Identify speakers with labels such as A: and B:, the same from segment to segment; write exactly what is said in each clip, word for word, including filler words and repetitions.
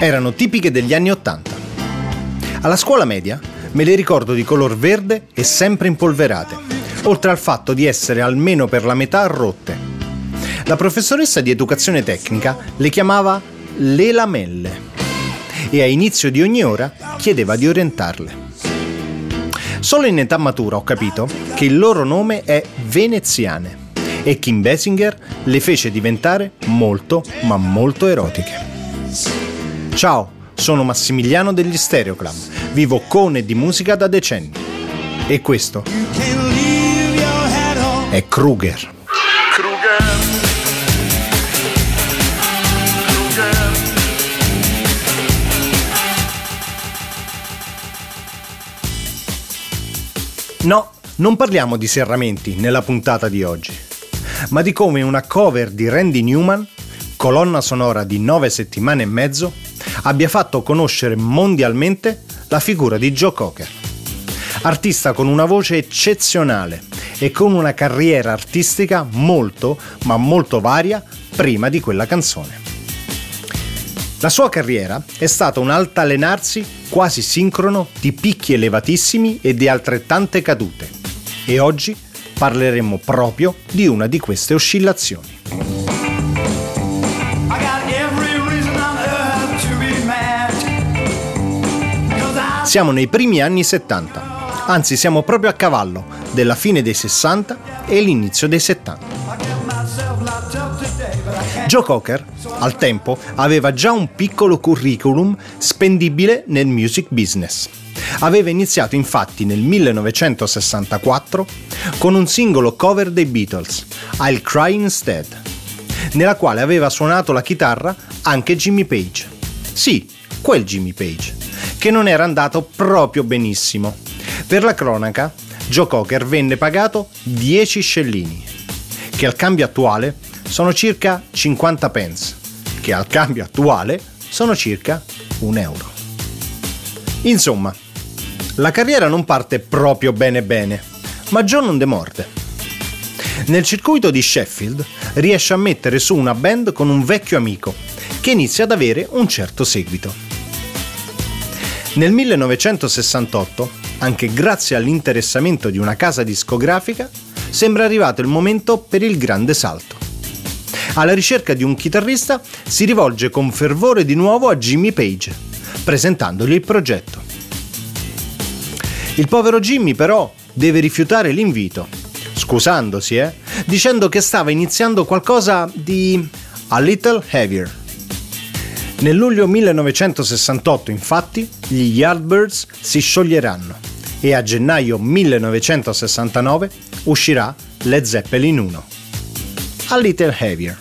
A: Erano tipiche degli anni Ottanta. Alla scuola media me le ricordo di color verde e sempre impolverate, oltre al fatto di essere almeno per la metà rotte. La professoressa di educazione tecnica le chiamava le lamelle e a inizio di ogni ora chiedeva di orientarle. Solo in età matura ho capito che il loro nome è veneziane e Kim Basinger le fece diventare molto, ma molto erotiche. Ciao, sono Massimiliano degli Stereoclub, vivo con e di musica da decenni. E questo è Kruger. No, non parliamo di serramenti nella puntata di oggi, ma di come una cover di Randy Newman, colonna sonora di nove settimane e mezzo, abbia fatto conoscere mondialmente la figura di Joe Cocker, artista con una voce eccezionale e con una carriera artistica molto, ma molto varia prima di quella canzone. La sua carriera è stata un altalenarsi quasi sincrono di picchi elevatissimi e di altrettante cadute, e oggi parleremo proprio di una di queste oscillazioni. Siamo nei primi anni settanta, anzi siamo proprio a cavallo della fine dei sessanta e l'inizio dei settanta. Joe Cocker, al tempo, aveva già un piccolo curriculum spendibile nel music business. Aveva iniziato infatti nel millenovecentosessantaquattro con un singolo cover dei Beatles, I'll Cry Instead, nella quale aveva suonato la chitarra anche Jimmy Page. Sì, quel Jimmy Page, che non era andato proprio benissimo. Per la cronaca, Joe Cocker venne pagato dieci scellini, che al cambio attuale sono circa cinquanta pence, che al cambio attuale sono circa un euro. Insomma, la carriera non parte proprio bene bene, ma Joe non demorde. Nel circuito di Sheffield riesce a mettere su una band con un vecchio amico, che inizia ad avere un certo seguito. Nel millenovecentosessantotto, anche grazie all'interessamento di una casa discografica, sembra arrivato il momento per il grande salto. Alla ricerca di un chitarrista si rivolge con fervore di nuovo a Jimmy Page, presentandogli il progetto. Il povero Jimmy però deve rifiutare l'invito, scusandosi, eh, dicendo che stava iniziando qualcosa di a little heavier. Nel luglio millenovecentosessantotto, infatti, gli Yardbirds si scioglieranno e a gennaio millenovecentosessantanove uscirà Led Zeppelin uno. A Little Heavier.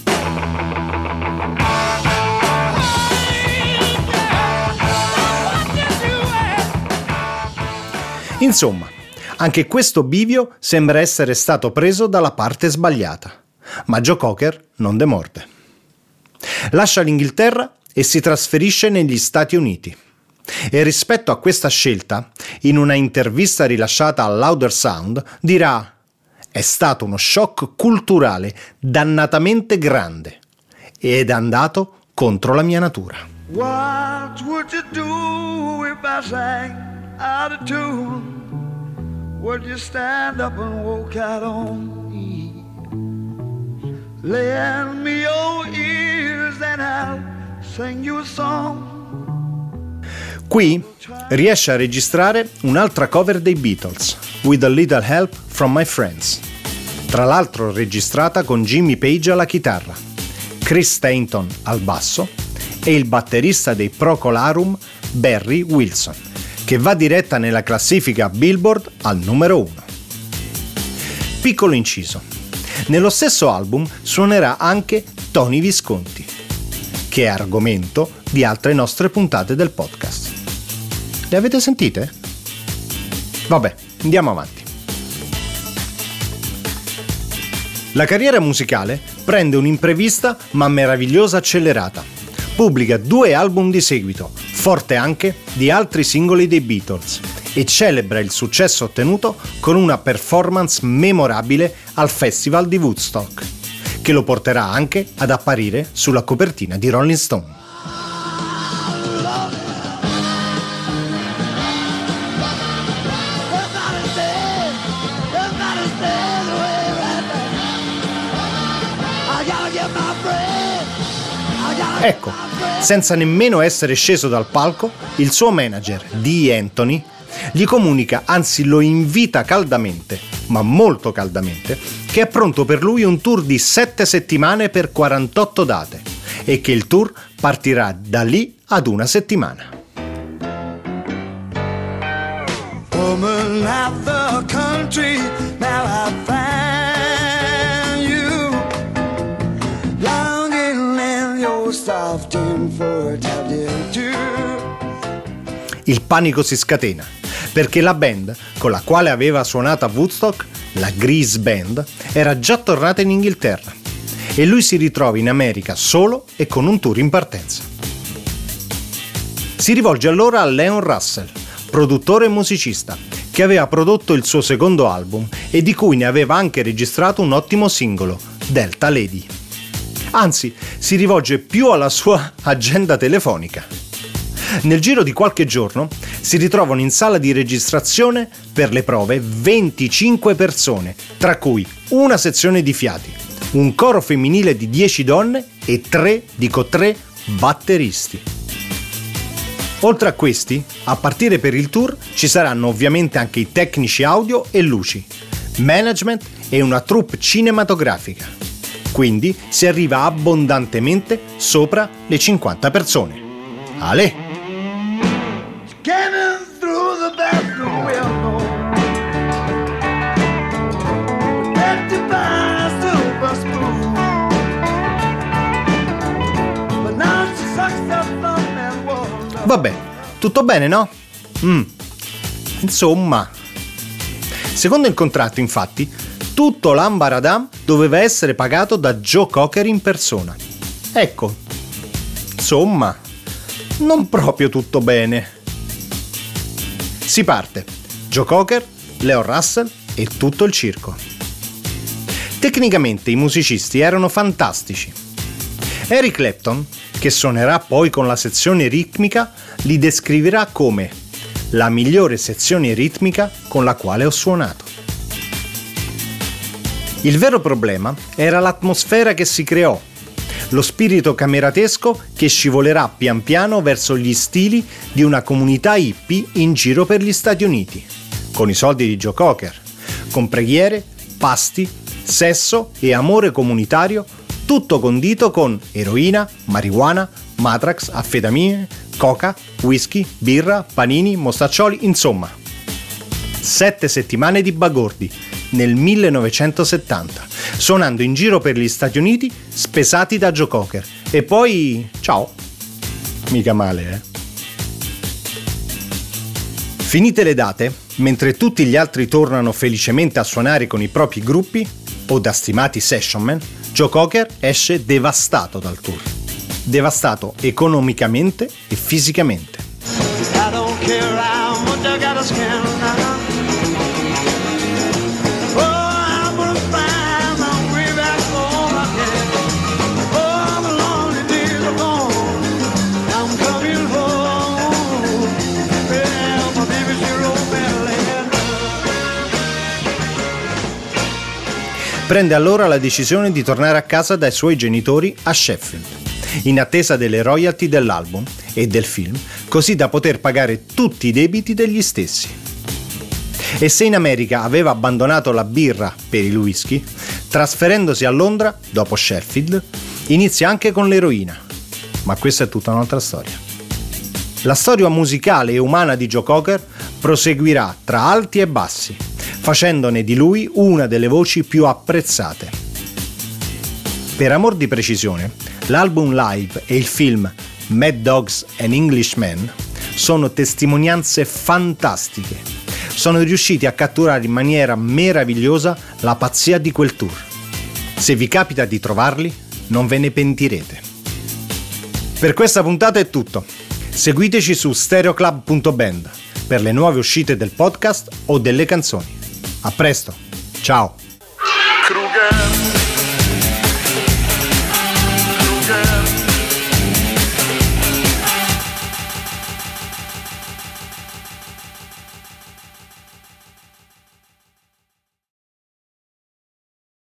A: Insomma, anche questo bivio sembra essere stato preso dalla parte sbagliata, ma Joe Cocker non demorde. Lascia l'Inghilterra e si trasferisce negli Stati Uniti. E rispetto a questa scelta, in una intervista rilasciata a Louder Sound, dirà: è stato uno shock culturale dannatamente grande ed è andato contro la mia natura. What would you do if I sang out of tune? Would you stand up and walk out on me? Lend me your ears and I'll sing you a song. Qui riesce a registrare un'altra cover dei Beatles, With a Little Help from My Friends, tra l'altro registrata con Jimmy Page alla chitarra, Chris Stainton al basso e il batterista dei Procolarum Barry Wilson, che va diretta nella classifica Billboard al numero uno. Piccolo inciso: nello stesso album suonerà anche Tony Visconti, che è argomento di altre nostre puntate del podcast. Le avete sentite? Vabbè, andiamo avanti. La carriera musicale prende un'imprevista ma meravigliosa accelerata. Pubblica due album di seguito, forte anche di altri singoli dei Beatles, e celebra il successo ottenuto con una performance memorabile al Festival di Woodstock, che lo porterà anche ad apparire sulla copertina di Rolling Stone. Ecco, senza nemmeno essere sceso dal palco, il suo manager, Dee Anthony, gli comunica, anzi lo invita caldamente, ma molto caldamente, che è pronto per lui un tour di sette settimane per quarantotto date e che il tour partirà da lì ad una settimana.
B: Woman of the country, now I find you longing in your soft and for
A: Il panico si scatena, perché la band con la quale aveva suonato a Woodstock, la Grease Band, era già tornata in Inghilterra e lui si ritrova in America solo e con un tour in partenza. Si rivolge allora a Leon Russell, produttore e musicista, che aveva prodotto il suo secondo album e di cui ne aveva anche registrato un ottimo singolo, Delta Lady. Anzi, si rivolge più alla sua agenda telefonica. Nel giro di qualche giorno si ritrovano in sala di registrazione per le prove venticinque persone, tra cui una sezione di fiati, un coro femminile di dieci donne e tre, dico tre, batteristi. Oltre a questi, a partire per il tour ci saranno ovviamente anche i tecnici audio e luci, management e una troupe cinematografica. Quindi si arriva abbondantemente sopra le cinquanta persone. Ale! Vabbè, tutto bene, no? Mm. Insomma, secondo il contratto, infatti, tutto l'ambaradam doveva essere pagato da Joe Cocker in persona. Ecco, insomma, non proprio tutto bene. Si parte. Joe Cocker, Leon Russell e tutto il circo. Tecnicamente i musicisti erano fantastici. Eric Clapton, che suonerà poi con la sezione ritmica, li descriverà come la migliore sezione ritmica con la quale ho suonato. Il vero problema era l'atmosfera che si creò, lo spirito cameratesco che scivolerà pian piano verso gli stili di una comunità hippie in giro per gli Stati Uniti, con i soldi di Joe Cocker, con preghiere, pasti, sesso e amore comunitario, tutto condito con eroina, marijuana, matrax, anfetamine, coca, whisky, birra, panini, mostaccioli, insomma. Sette settimane di bagordi nel millenovecentosettanta, suonando in giro per gli Stati Uniti, spesati da Joe Cocker. E poi, ciao. Mica male, eh? Finite le date, mentre tutti gli altri tornano felicemente a suonare con i propri gruppi, o da stimati sessionman, Joe Cocker esce devastato dal tour. Devastato economicamente e fisicamente. Prende allora la decisione di tornare a casa dai suoi genitori a Sheffield, in attesa delle royalty dell'album e del film, così da poter pagare tutti i debiti degli stessi. E se in America aveva abbandonato la birra per il whisky, trasferendosi a Londra, dopo Sheffield, inizia anche con l'eroina. Ma questa è tutta un'altra storia. La storia musicale e umana di Joe Cocker proseguirà tra alti e bassi, facendone di lui una delle voci più apprezzate. Per amor di precisione, l'album live e il film Mad Dogs and Englishmen sono testimonianze fantastiche. Sono riusciti a catturare in maniera meravigliosa la pazzia di quel tour. Se vi capita di trovarli, non ve ne pentirete. Per questa puntata è tutto. Seguiteci su stereoclub punto band per le nuove uscite del podcast o delle canzoni. A presto, ciao! Kruger.